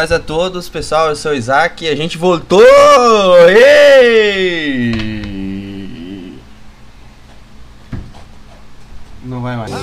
paz a todos, pessoal, eu sou o Isaac e a gente voltou! Ei! Não vai mais.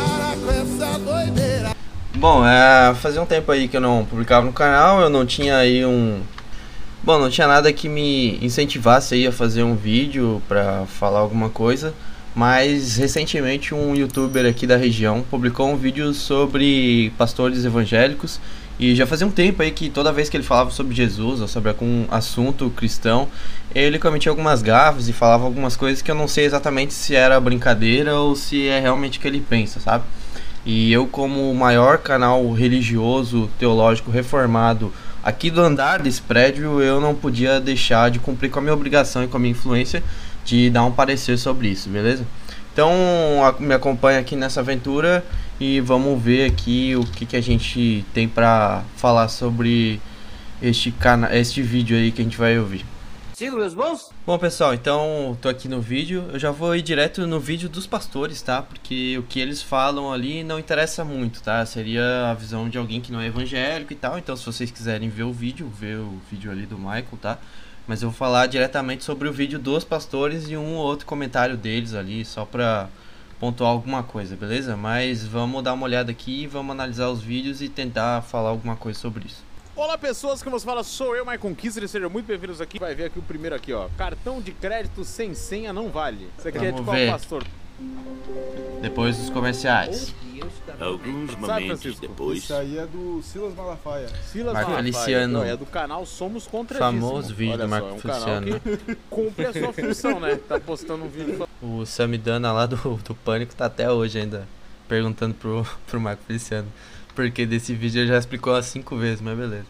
Bom, fazia um tempo aí que eu não publicava no canal, eu não tinha aí Bom, não tinha nada que me incentivasse aí a fazer um vídeo pra falar alguma coisa. Mas recentemente um youtuber aqui da região publicou um vídeo sobre pastores evangélicos. E já fazia um tempo aí que toda vez que ele falava sobre Jesus ou sobre algum assunto cristão, ele cometia algumas gafes e falava algumas coisas que eu não sei exatamente se era brincadeira ou se é realmente o que ele pensa, sabe? E eu, como o maior canal religioso, teológico, reformado aqui do andar desse prédio, eu não podia deixar de cumprir com a minha obrigação e com a minha influência de dar um parecer sobre isso, beleza? Então me acompanha aqui nessa aventura e vamos ver aqui o que a gente tem pra falar sobre este vídeo aí que a gente vai ouvir. Siga meus bons? Bom, pessoal, então tô aqui no vídeo. Eu já vou ir direto no vídeo dos pastores, tá? Porque o que eles falam ali não interessa muito, tá? Seria a visão de alguém que não é evangélico e tal. Então se vocês quiserem ver o vídeo ali do Michael, tá? Mas eu vou falar diretamente sobre o vídeo dos pastores e um ou outro comentário deles ali, só pra pontuar alguma coisa, beleza? Mas vamos dar uma olhada aqui, vamos analisar os vídeos e tentar falar alguma coisa sobre isso. Olá pessoas, como você fala, sou eu, Michael Kisser, sejam muito bem-vindos aqui. Vai ver aqui o primeiro aqui, ó. Cartão de crédito sem senha não vale. Isso aqui é de qual pastor? Depois dos comerciais. Alguns momentos depois. Isso aí é do Silas Malafaia. Silas Marco Malafaia. Feliciano. Não, é do canal Somos Contra Famoso vídeo do Olha Marco só, é um Feliciano. canal que cumpre a sua função, né? Tá postando um vídeo. O Samidana lá do Pânico tá até hoje ainda perguntando pro Marco Feliciano. Porque desse vídeo ele já explicou umas 5 vezes, mas beleza.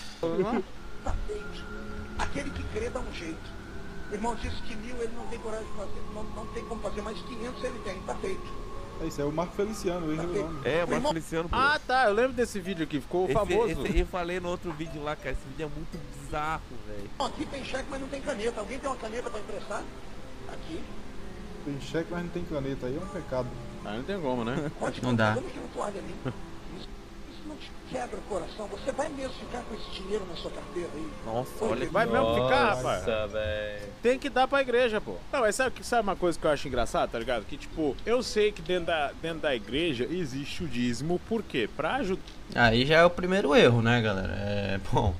Tá feito. Aquele que crê dá um jeito. O irmão disse que 1000 ele não tem coragem de fazer, não tem como fazer, mas 500 ele tem, tá feito. É isso, é o Marco Feliciano, ele o nome. É, o Marco Feliciano. Pô. Ah, tá, eu lembro desse vídeo aqui, ficou famoso. Eu falei no outro vídeo lá, cara, esse vídeo é muito bizarro, velho. Aqui tem cheque, mas não tem caneta. Alguém tem uma caneta pra emprestar? Aqui. Tem cheque, mas não tem caneta, aí é um pecado. Ah, não tem como, né? Não dá. Vamos tirar a toalha ali. Isso não te quebra o coração. Você vai mesmo ficar com esse dinheiro na sua carteira aí? Nossa, Oi, olha que... Vai mesmo ficar, rapaz. Nossa, velho. Tem que dar pra igreja, pô. Não, mas sabe uma coisa que eu acho engraçado, tá ligado? Que, tipo, eu sei que dentro da igreja existe o dízimo, por quê? Pra ajudar. Aí já é o primeiro erro, né, galera? Bom,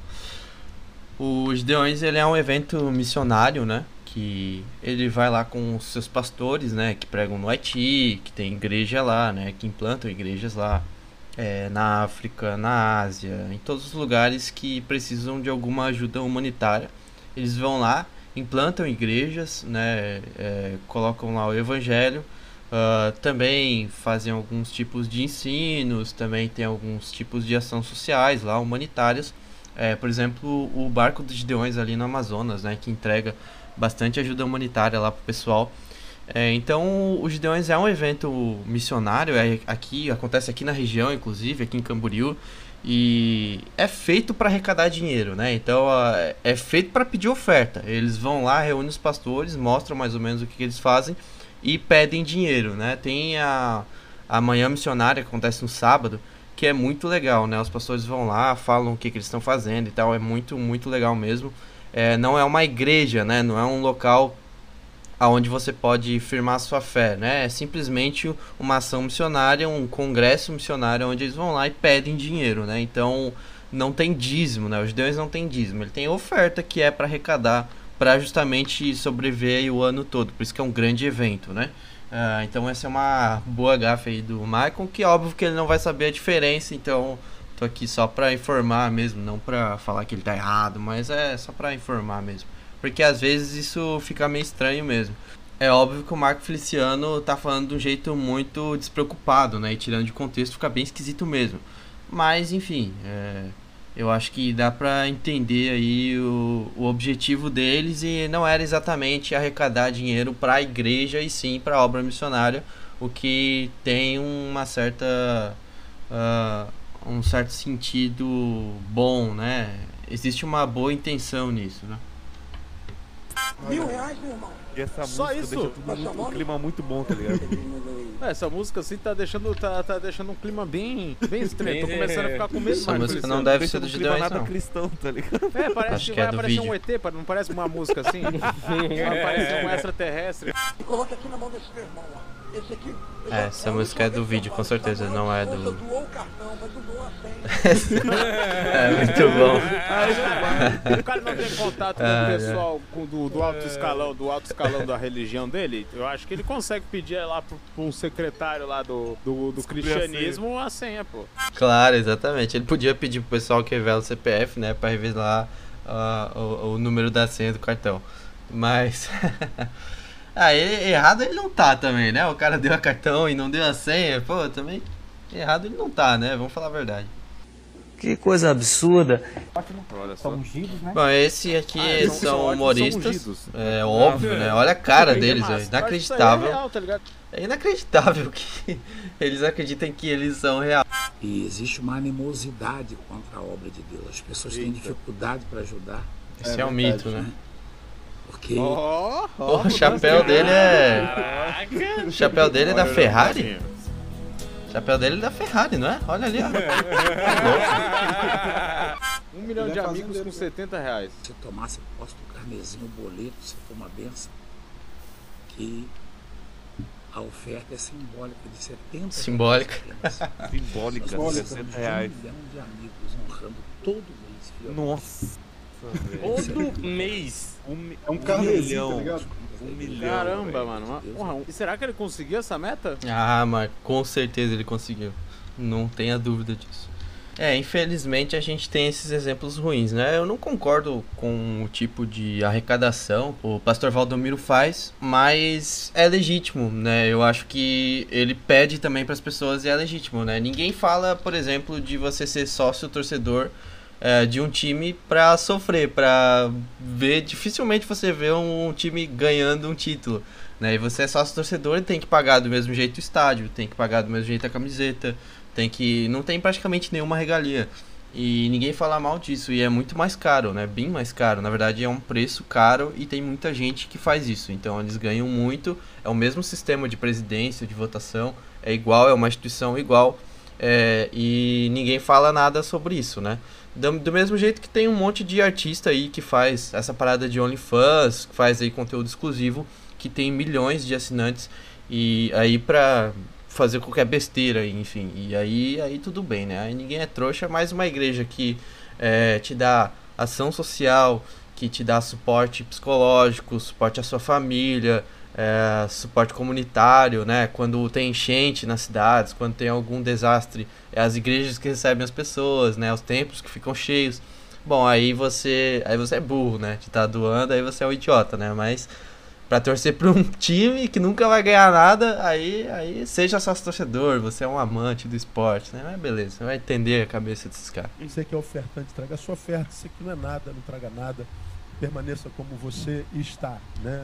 o Gideões, ele é um evento missionário, né? Que ele vai lá com os seus pastores, né? Que pregam no Haiti, que tem igreja lá, né? Que implantam igrejas lá. Na África, na Ásia, em todos os lugares que precisam de alguma ajuda humanitária. Eles vão lá, implantam igrejas, né, colocam lá o evangelho, também fazem alguns tipos de ensinos, também tem alguns tipos de ações sociais lá, humanitárias. Por exemplo, o barco dos Gideões ali no Amazonas, né, que entrega bastante ajuda humanitária lá pro pessoal. Então o Gideões é um evento missionário, acontece aqui na região, inclusive aqui em Camboriú, e é feito para arrecadar dinheiro, né? Então é feito para pedir oferta. Eles vão lá, reúnem os pastores, mostram mais ou menos o que eles fazem e pedem dinheiro, né? Tem a manhã missionária que acontece no sábado, que é muito legal, né? Os pastores vão lá, falam o que eles estão fazendo e tal, é muito, muito legal mesmo. Não é uma igreja, né? Não é um local aonde você pode firmar a sua fé, né? É simplesmente uma ação missionária, um congresso missionário onde eles vão lá e pedem dinheiro, né? Então não tem dízimo, né? Os Gideões não tem dízimo, ele tem oferta que é para arrecadar, para justamente sobreviver aí o ano todo, por isso que é um grande evento, né? Então essa é uma boa gafe aí do Michael, que óbvio que ele não vai saber a diferença, então tô aqui só para informar mesmo, não para falar que ele tá errado, mas é só para informar mesmo. Porque às vezes isso fica meio estranho mesmo. É óbvio que o Marco Feliciano tá falando de um jeito muito despreocupado, né? E tirando de contexto fica bem esquisito mesmo. Mas enfim, eu acho que dá pra entender aí o objetivo deles. E não era exatamente arrecadar dinheiro pra igreja e sim pra obra missionária. O que tem uma certa... um certo sentido bom, né? Existe uma boa intenção nisso, né? R$1000, meu irmão. E essa Só música isso? deixa tudo um clima muito bom, tá ligado? Essa música assim tá deixando um clima bem estranho. Tô começando a ficar com medo. Essa música não deve ser do Gideon Reis, não. cristão, tá ligado? Parece Acho que que é vai do aparecer vídeo. um ET, não parece uma música assim? Vai aparecer um extraterrestre. E coloca aqui na mão desse meu irmão, ó. Esse aqui. Essa música é do vídeo, com certeza, não é do... Doou o cartão, mas não doou a senha. É muito bom. O cara não tem contato com o pessoal do alto escalão da religião dele. Eu acho que ele consegue pedir lá pra um secretário lá do cristianismo a senha, pô. Claro, exatamente. Ele podia pedir pro pessoal que revela o CPF, né, pra revelar o número da senha do cartão. Mas... errado ele não tá também, né? O cara deu a cartão e não deu a senha. Pô, também errado ele não tá, né? Vamos falar a verdade. Que coisa absurda. Olha só. São ungidos, né? Bom, esse aqui são humoristas. São ungidos. É óbvio, né? Olha a cara deles, Massa. é Isso aí é inacreditável. real, tá ligado? É inacreditável que eles acreditem que eles são reais. E existe uma animosidade contra a obra de Deus. As pessoas têm dificuldade para ajudar, Esse é um mito, né? porque O chapéu dele é... O chapéu dele é da Ferrari? O chapéu dele é da Ferrari, não é? Olha ali, ó. 1 milhão Ele de é amigos fazendeiro, com 70 reais. se tomasse posse do carnezinho, o boleto, você for uma benção, que a oferta é simbólica de 70 Simbólica. reais. Simbólica, Simbólica. 60 Um reais. milhão de amigos honrando todo mês. Filho. Nossa, velho. Todo mês. É um carnezinho, tá milhão. ligado? 1 milhão. Caramba, velho. mano. Porra, e será que ele conseguiu essa meta? Ah, mas com certeza ele conseguiu. Não tenha dúvida disso. Infelizmente a gente tem esses exemplos ruins, né? Eu não concordo com o tipo de arrecadação que o pastor Valdomiro faz, mas é legítimo, né? Eu acho que ele pede também para as pessoas e é legítimo, né? Ninguém fala, por exemplo, de você ser sócio torcedor de um time pra sofrer, pra ver. Dificilmente você vê um time ganhando um título, né? E você é sócio torcedor e tem que pagar do mesmo jeito o estádio, tem que pagar do mesmo jeito a camiseta, não tem praticamente nenhuma regalia. E ninguém fala mal disso, e é muito mais caro, né? Bem mais caro. Na verdade é um preço caro e tem muita gente que faz isso. Então eles ganham muito, é o mesmo sistema de presidência, de votação, é igual, é uma instituição igual, e ninguém fala nada sobre isso, né? Do mesmo jeito que tem um monte de artista aí que faz essa parada de OnlyFans, que faz aí conteúdo exclusivo, que tem milhões de assinantes, e aí pra fazer qualquer besteira, enfim, e aí tudo bem, né? Aí ninguém é trouxa, mas uma igreja que te dá ação social, que te dá suporte psicológico, suporte à sua família, suporte comunitário, né? Quando tem enchente nas cidades, quando tem algum desastre, é as igrejas que recebem as pessoas, né? Os templos que ficam cheios. Bom, aí você é burro, né? De estar doando, aí você é um idiota, né? Mas pra torcer pra um time que nunca vai ganhar nada, aí seja sócio torcedor, você é um amante do esporte, né? Mas beleza, você vai entender a cabeça desses caras. Você que é ofertante, traga a sua oferta. Você que não é nada, não traga nada. Permaneça como você está, né?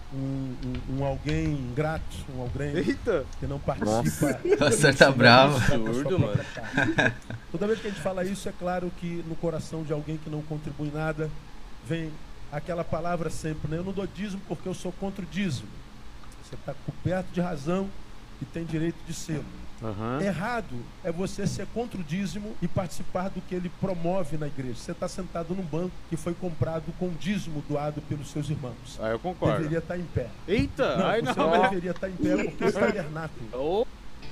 Um alguém ingrato, um alguém Eita! que não participa. Você tá bravo. Absurdo, mano. Toda vez que a gente fala isso, é claro que no coração de alguém que não contribui nada, vem aquela palavra sempre, né? Eu não dou dízimo porque eu sou contra o dízimo. Você está coberto de razão e tem direito de ser. Errado é você ser contra o dízimo e participar do que ele promove na igreja. Você está sentado num banco que foi comprado com dízimo doado pelos seus irmãos. Eu concordo. Deveria estar em pé. Eita! Não, você não deveria estar em pé porque é tabernáculo.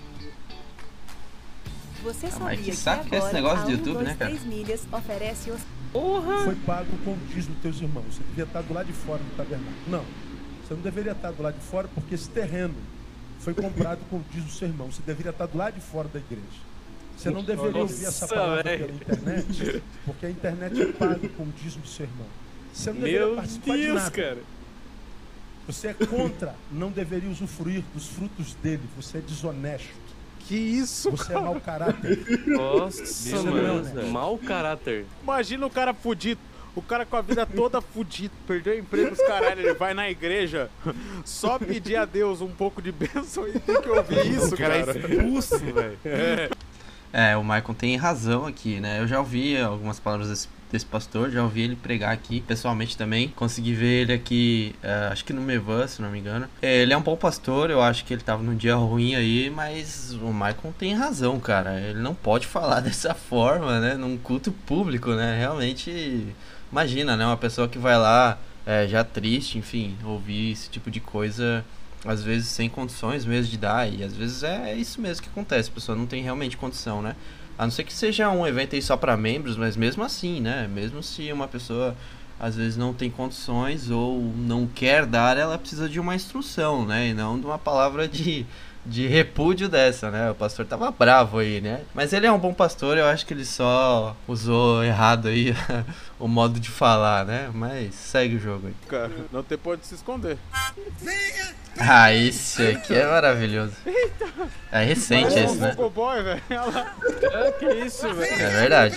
Você mas sabia que que saco que é esse agora negócio a do YouTube, 1, 2, né, cara? 3 milhas oferece os... Foi pago com o dízimo dos teus irmãos. Você devia estar do lado de fora do tabernáculo. Não, você não deveria estar do lado de fora porque esse terreno foi comprado com o dízimo do seu irmão. Você deveria estar do lado de fora da igreja. Você não deveria ouvir essa palavra pela internet, porque a internet é paga com o dízimo do seu irmão. Você não deveria participar de nada. Cara. Você é contra, não deveria usufruir dos frutos dele. Você é desonesto. Que isso, Você é mau caráter. Nossa, Você não é mano. honesto. Mau caráter. Imagina o cara fudido. O cara com a vida toda fudido, perdeu o emprego, os caralho, ele vai na igreja só pedir a Deus um pouco de bênção e tem que ouvir isso, cara. Expulso, velho. O Michael tem razão aqui, né? Eu já ouvi algumas palavras desse pastor, já ouvi ele pregar aqui pessoalmente também. Consegui ver ele aqui, acho que no Mevan, se não me engano. Ele é um bom pastor, eu acho que ele tava num dia ruim aí, mas o Michael tem razão, cara. Ele não pode falar dessa forma, né, num culto público, né, realmente, imagina, né, uma pessoa que vai lá já triste, enfim, ouvir esse tipo de coisa, às vezes sem condições mesmo de dar, e às vezes é isso mesmo que acontece, a pessoa não tem realmente condição, né? A não ser que seja um evento aí só para membros, mas mesmo assim, né? Mesmo se uma pessoa às vezes não tem condições ou não quer dar, ela precisa de uma instrução, né? E não de uma palavra de repúdio dessa, né? O pastor tava bravo aí, né? Mas ele é um bom pastor, eu acho que ele só usou errado aí o modo de falar, né? Mas segue o jogo aí. Cara, não tem por onde se esconder. Ah, esse aqui é maravilhoso. É recente esse, né? Boy, velho. Que isso, velho? É verdade.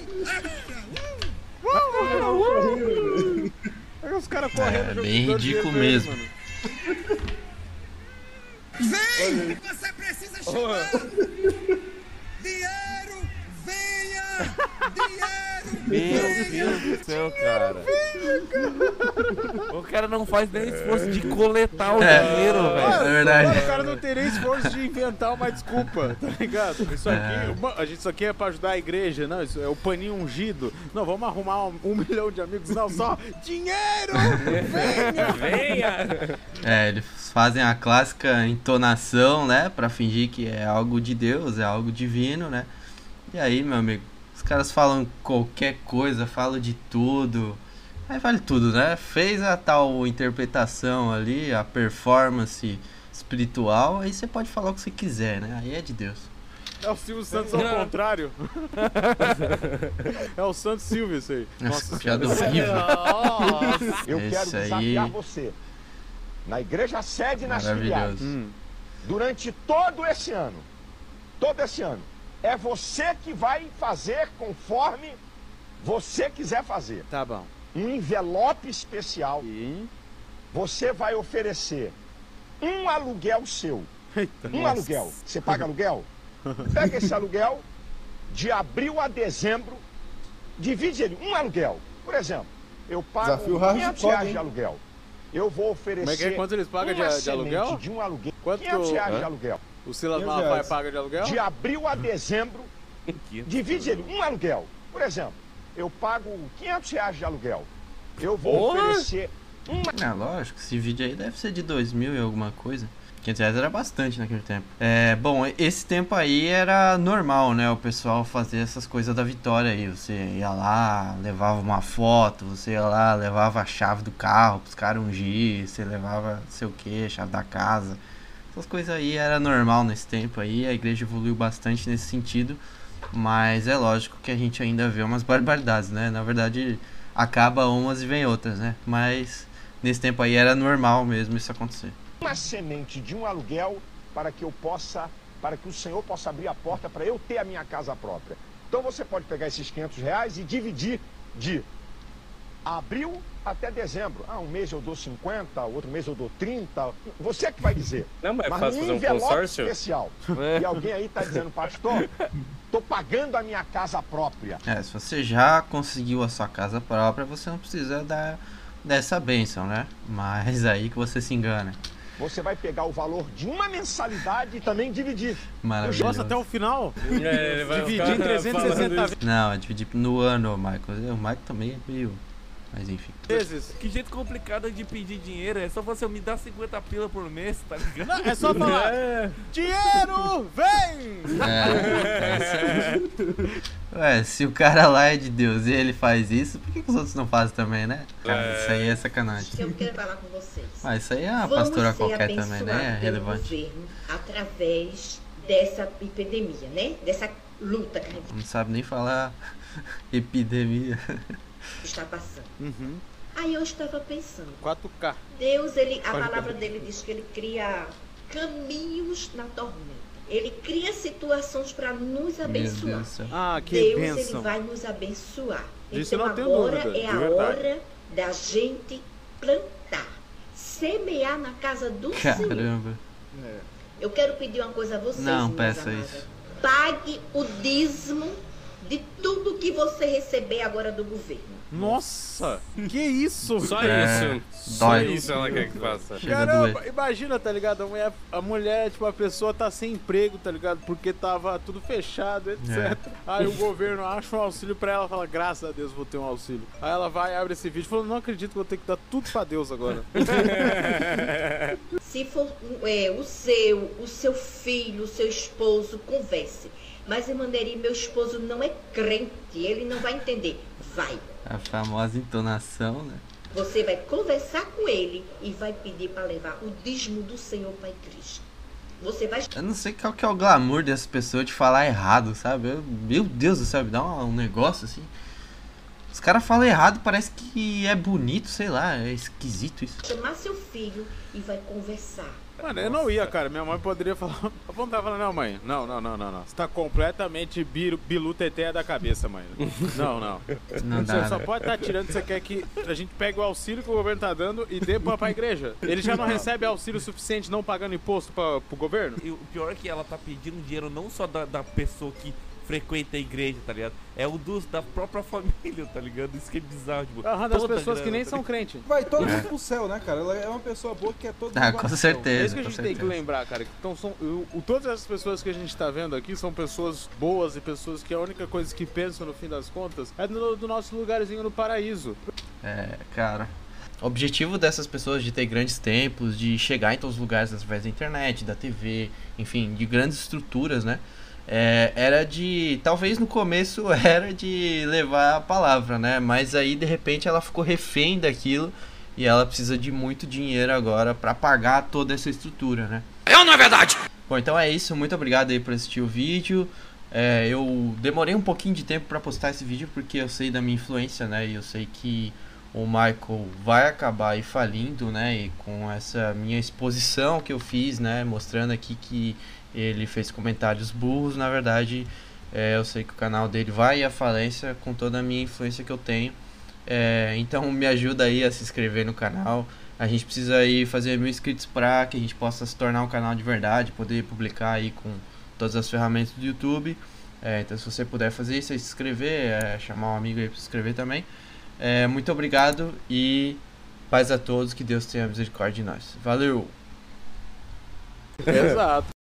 Os caras correndo. É bem ridículo mesmo. Vem! Você precisa chamar! Dinheiro! Venha! Dinheiro! Meu Deus do céu, cara. O cara não faz nem esforço de coletar o dinheiro, velho. É verdade. O cara não tem nem esforço de inventar uma desculpa, tá ligado? Isso aqui é pra ajudar a igreja, não, isso é o paninho ungido. Não, vamos arrumar 1 milhão de amigos, não, só dinheiro! Venha! Eles fazem a clássica entonação, né, pra fingir que é algo de Deus, é algo divino, né? E aí, meu amigo, os caras falam qualquer coisa, falam de tudo. Aí vale tudo, né? Fez a tal interpretação ali, a performance espiritual, aí você pode falar o que você quiser, né? Aí é de Deus. É o Silvio Santos ao contrário. É o Santos Silvio isso aí. Nossa, piada horrível. Eu quero desafiar você. Na igreja sede e nas filiais. Durante todo esse ano, é você que vai fazer conforme você quiser fazer. Tá bom. Um envelope especial. Você vai oferecer um aluguel seu. Eita, aluguel. Você paga aluguel? Pega esse aluguel de abril a dezembro, divide ele, um aluguel. Por exemplo, eu pago R$500 de aluguel. Eu vou oferecer. Quanto eles pagam de aluguel? De um aluguel. Quanto R$500 de aluguel. O Silas Malafaia paga de aluguel? De abril a dezembro, divide ele, um aluguel. Por exemplo, eu pago R$500 de aluguel. Eu vou oferecer uma... lógico, esse vídeo aí deve ser de 2000 e alguma coisa. R$500 era bastante naquele tempo. Bom, esse tempo aí era normal, né? O pessoal fazer essas coisas da vitória aí. Você ia lá, levava uma foto, você ia lá, levava a chave do carro pros caras ungir, você levava não sei o que, chave da casa. Essas coisas aí era normal nesse tempo aí. A igreja evoluiu bastante nesse sentido. Mas é lógico que a gente ainda vê umas barbaridades, né? Na verdade, acaba umas e vem outras, né? Mas nesse tempo aí era normal mesmo isso acontecer. Uma semente de um aluguel para que o Senhor possa abrir a porta para eu ter a minha casa própria. Então você pode pegar esses R$500 e dividir de abril até dezembro. Um mês eu dou 50, outro mês eu dou 30. Você que vai dizer. Não, mas mas fácil fazer um consórcio especial. E alguém aí está dizendo, pastor, tô pagando a minha casa própria. Se você já conseguiu a sua casa própria, você não precisa dessa bênção, né? Mas aí que você se engana. Você vai pegar o valor de uma mensalidade e também dividir. Maravilhoso. Nossa, até o final? Dividir em 360 vezes. Não, é dividir no ano, Michael. O Michael também é meio... Mas enfim. Que jeito complicado de pedir dinheiro. É só você me dar 50 pila por mês, tá ligado? Não, é só falar. Dinheiro, vem! Se o cara lá é de Deus e ele faz isso, por que os outros não fazem também, né? Isso aí é sacanagem. Eu quero falar com vocês. Isso aí é uma pastora qualquer também, né? É relevante. Governo através dessa epidemia, né? Dessa luta que a gente não sabe nem falar epidemia. Está passando. Aí eu estava pensando. 4K. Deus, a palavra dele diz que ele cria caminhos na tormenta. Ele cria situações para nos abençoar. Que Deus, bênção. ele vai nos abençoar. Disso então não tenho agora dúvida, é a hora da gente plantar, semear na casa do Senhor. Caramba. Eu quero pedir uma coisa a vocês. Não, minhas peça amadas. isso. Pague o dízimo de tudo que você receber agora do governo. Nossa, que isso? Só isso. Só Dói. isso ela quer que faça. Chega a Caramba, doer. imagina, tá ligado? A mulher, tipo, a pessoa tá sem emprego, tá ligado? Porque tava tudo fechado, etc. Aí o governo acha um auxílio pra ela e fala, graças a Deus vou ter um auxílio. Aí ela vai, abre esse vídeo e fala, não acredito que vou ter que dar tudo pra Deus agora. Se for o seu filho, o seu esposo, converse. Mas, irmã Neri, meu esposo não é crente, ele não vai entender. Vai. A famosa entonação, né? Você vai conversar com ele e vai pedir para levar o dízimo do Senhor para a igreja. Você vai... Eu não sei qual que é o glamour dessa pessoa de falar errado, sabe? Meu Deus do céu, me dá um negócio assim. Os caras falam errado, parece que é bonito, sei lá, é esquisito isso. chamar seu filho e vai conversar. Mano, eu não ia, cara. Minha mãe poderia falar. Apontar e falar, não, mãe. Não. Você tá completamente bilu teteia da cabeça, mãe. Não. Não Você dá, só né? pode estar tirando, você quer que a gente pegue o auxílio que o governo tá dando e dê pra igreja. Ele já não recebe auxílio suficiente não pagando imposto pro governo? E o pior é que ela tá pedindo dinheiro não só da pessoa que frequenta a igreja, tá ligado? É o da própria família, tá ligado? Isso que é bizarro, tipo, Das toda pessoas grana, que nem tá são ligado? crentes. Vai todo mundo pro céu, né, cara? Ela é uma pessoa boa que quer todo mundo Ah, pro com céu. É certeza. isso que a gente tem que lembrar, cara. Então, todas essas pessoas que a gente tá vendo aqui são pessoas boas e pessoas que a única coisa que pensam, no fim das contas, é do nosso lugarzinho no paraíso. É, cara. O objetivo dessas pessoas de ter grandes templos, de chegar em todos os lugares através da internet, da TV, enfim, de grandes estruturas, né? Era de... Talvez no começo era de levar a palavra, né? Mas aí, de repente, ela ficou refém daquilo e ela precisa de muito dinheiro agora pra pagar toda essa estrutura, né? Não é verdade? Bom, então é isso. Muito obrigado aí por assistir o vídeo. Eu demorei um pouquinho de tempo pra postar esse vídeo porque eu sei da minha influência, né? E eu sei que o Michael vai acabar aí falindo, né? E com essa minha exposição que eu fiz, né? Mostrando aqui que ele fez comentários burros, na verdade, eu sei que o canal dele vai à falência com toda a minha influência que eu tenho. Então me ajuda aí a se inscrever no canal. A gente precisa aí fazer 1000 inscritos para que a gente possa se tornar um canal de verdade, poder publicar aí com todas as ferramentas do YouTube. Então se você puder fazer isso, aí se inscrever, chamar um amigo aí para se inscrever também. Muito obrigado e paz a todos, que Deus tenha misericórdia de nós. Valeu! Exato.